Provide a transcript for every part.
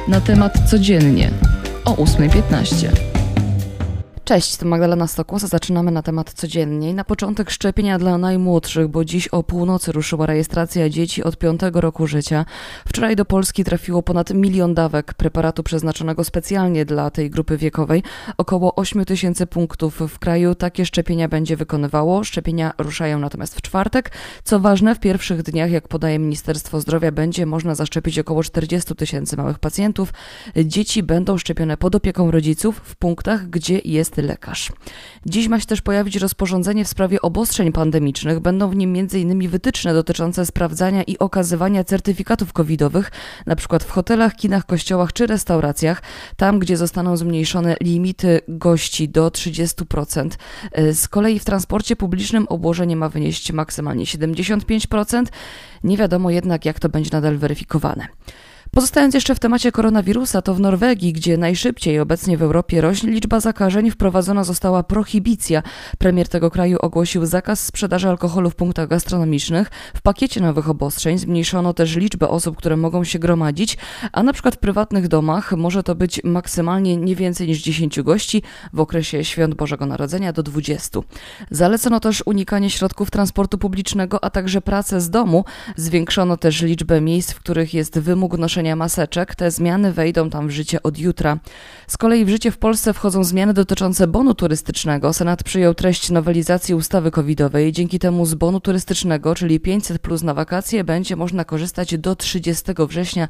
Na temat codziennie o 8:15. Cześć, to Magdalena Stokłos, a zaczynamy na temat codziennie. Na początek szczepienia dla najmłodszych, bo dziś o północy ruszyła rejestracja dzieci od 5 roku życia. Wczoraj do Polski trafiło ponad 1 milion dawek preparatu przeznaczonego specjalnie dla tej grupy wiekowej. Około 8 000 punktów w kraju takie szczepienia będzie wykonywało. Szczepienia ruszają natomiast w czwartek. Co ważne, w pierwszych dniach, jak podaje Ministerstwo Zdrowia, będzie można zaszczepić około 40 000 małych pacjentów. Dzieci będą szczepione pod opieką rodziców w punktach, gdzie jest lekarz. Dziś ma się też pojawić rozporządzenie w sprawie obostrzeń pandemicznych. Będą w nim m.in. wytyczne dotyczące sprawdzania i okazywania certyfikatów covidowych, np. w hotelach, kinach, kościołach czy restauracjach, tam gdzie zostaną zmniejszone limity gości do 30%. Z kolei w transporcie publicznym obłożenie ma wynieść maksymalnie 75%. Nie wiadomo jednak, jak to będzie nadal weryfikowane. Pozostając jeszcze w temacie koronawirusa, to w Norwegii, gdzie najszybciej obecnie w Europie rośnie liczba zakażeń, wprowadzona została prohibicja. Premier tego kraju ogłosił zakaz sprzedaży alkoholu w punktach gastronomicznych. W pakiecie nowych obostrzeń zmniejszono też liczbę osób, które mogą się gromadzić, a na przykład w prywatnych domach może to być maksymalnie nie więcej niż 10 gości, w okresie świąt Bożego Narodzenia do 20. Zalecono też unikanie środków transportu publicznego, a także pracę z domu. Zwiększono też liczbę miejsc, w których jest wymóg noszenia maseczek. Te zmiany wejdą tam w życie od jutra. Z kolei w życie w Polsce wchodzą zmiany dotyczące bonu turystycznego. Senat przyjął treść nowelizacji ustawy covidowej. Dzięki temu z bonu turystycznego, czyli 500+ na wakacje, będzie można korzystać do 30 września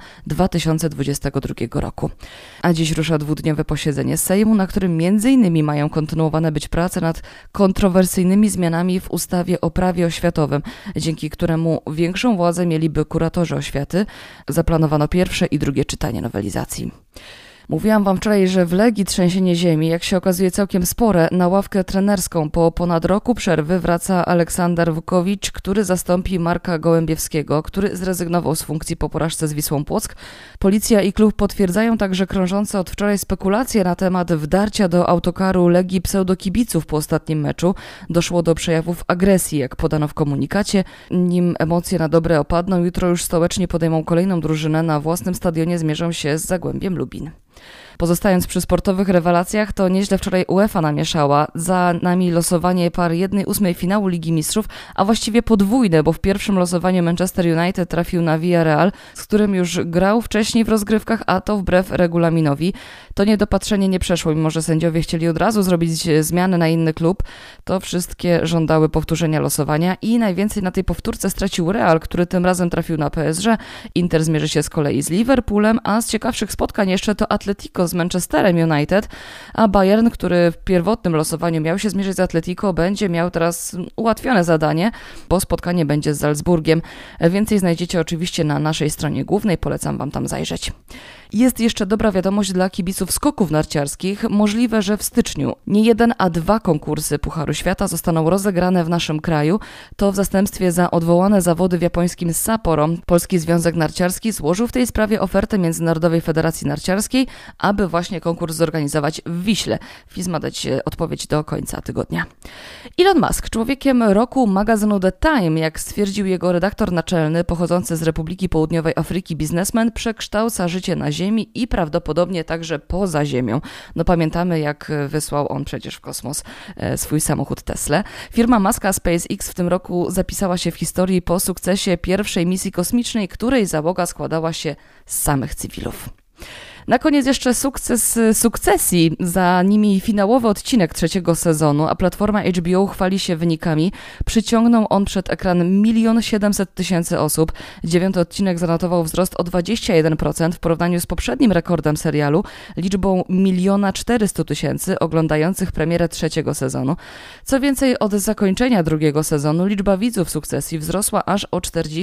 2022 roku. A dziś rusza dwudniowe posiedzenie Sejmu, na którym m.in. mają kontynuowane być prace nad kontrowersyjnymi zmianami w ustawie o prawie oświatowym, dzięki któremu większą władzę mieliby kuratorzy oświaty. Zaplanowano pierwsze i drugie czytanie nowelizacji. Mówiłam wam wczoraj, że w Legii trzęsienie ziemi, jak się okazuje całkiem spore. Na ławkę trenerską po ponad roku przerwy wraca Aleksander Wukowicz, który zastąpi Marka Gołębiewskiego, który zrezygnował z funkcji po porażce z Wisłą Płock. Policja i klub potwierdzają także krążące od wczoraj spekulacje na temat wdarcia do autokaru Legii pseudokibiców po ostatnim meczu. Doszło do przejawów agresji, jak podano w komunikacie. Nim emocje na dobre opadną, jutro już stołeczni podejmą kolejną drużynę. Na własnym stadionie zmierzą się z Zagłębiem Lubin. Pozostając przy sportowych rewelacjach, to nieźle wczoraj UEFA namieszała. Za nami losowanie par 1/8 finału Ligi Mistrzów, a właściwie podwójne, bo w pierwszym losowaniu Manchester United trafił na Villarreal, z którym już grał wcześniej w rozgrywkach, a to wbrew regulaminowi. To niedopatrzenie nie przeszło, mimo że sędziowie chcieli od razu zrobić zmiany na inny klub. To wszystkie żądały powtórzenia losowania i najwięcej na tej powtórce stracił Real, który tym razem trafił na PSG. Inter zmierzy się z kolei z Liverpoolem, a z ciekawszych spotkań jeszcze to Atletico z Manchesterem United, a Bayern, który w pierwotnym losowaniu miał się zmierzyć z Atletico, będzie miał teraz ułatwione zadanie, bo spotkanie będzie z Salzburgiem. Więcej znajdziecie oczywiście na naszej stronie głównej, polecam wam tam zajrzeć. Jest jeszcze dobra wiadomość dla kibiców skoków narciarskich. Możliwe, że w styczniu nie 1, a 2 konkursy Pucharu Świata zostaną rozegrane w naszym kraju. To w zastępstwie za odwołane zawody w japońskim Sapporo. Polski Związek Narciarski złożył w tej sprawie ofertę Międzynarodowej Federacji Narciarskiej, aby właśnie konkurs zorganizować w Wiśle. FIS ma dać odpowiedź do końca tygodnia. Elon Musk, człowiekiem roku magazynu The Time, jak stwierdził jego redaktor naczelny, pochodzący z Republiki Południowej Afryki biznesmen, przekształca życie na Ziemi i prawdopodobnie także poza Ziemią. No pamiętamy, jak wysłał on przecież w kosmos swój samochód Tesla. Firma Muska SpaceX w tym roku zapisała się w historii po sukcesie pierwszej misji kosmicznej, której załoga składała się z samych cywilów. Na koniec jeszcze sukces Sukcesji, za nimi finałowy odcinek 3. sezonu, a platforma HBO chwali się wynikami. Przyciągnął on przed ekran 1 700 000 osób. 9. odcinek zanotował wzrost o 21% w porównaniu z poprzednim rekordem serialu, liczbą 1 400 000 oglądających premierę 3. sezonu. Co więcej, od zakończenia 2. sezonu liczba widzów Sukcesji wzrosła aż o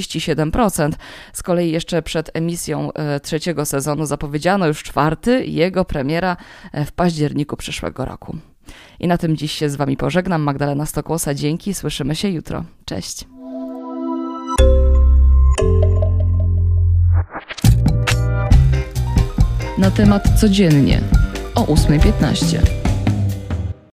47%. Z kolei jeszcze przed emisją 3. sezonu zapowiedziano już 4. jego premiera w październiku przyszłego roku. I na tym dziś się z wami pożegnam. Magdalena Stokłosa, dzięki, słyszymy się jutro. Cześć. Na temat codziennie o 8:15.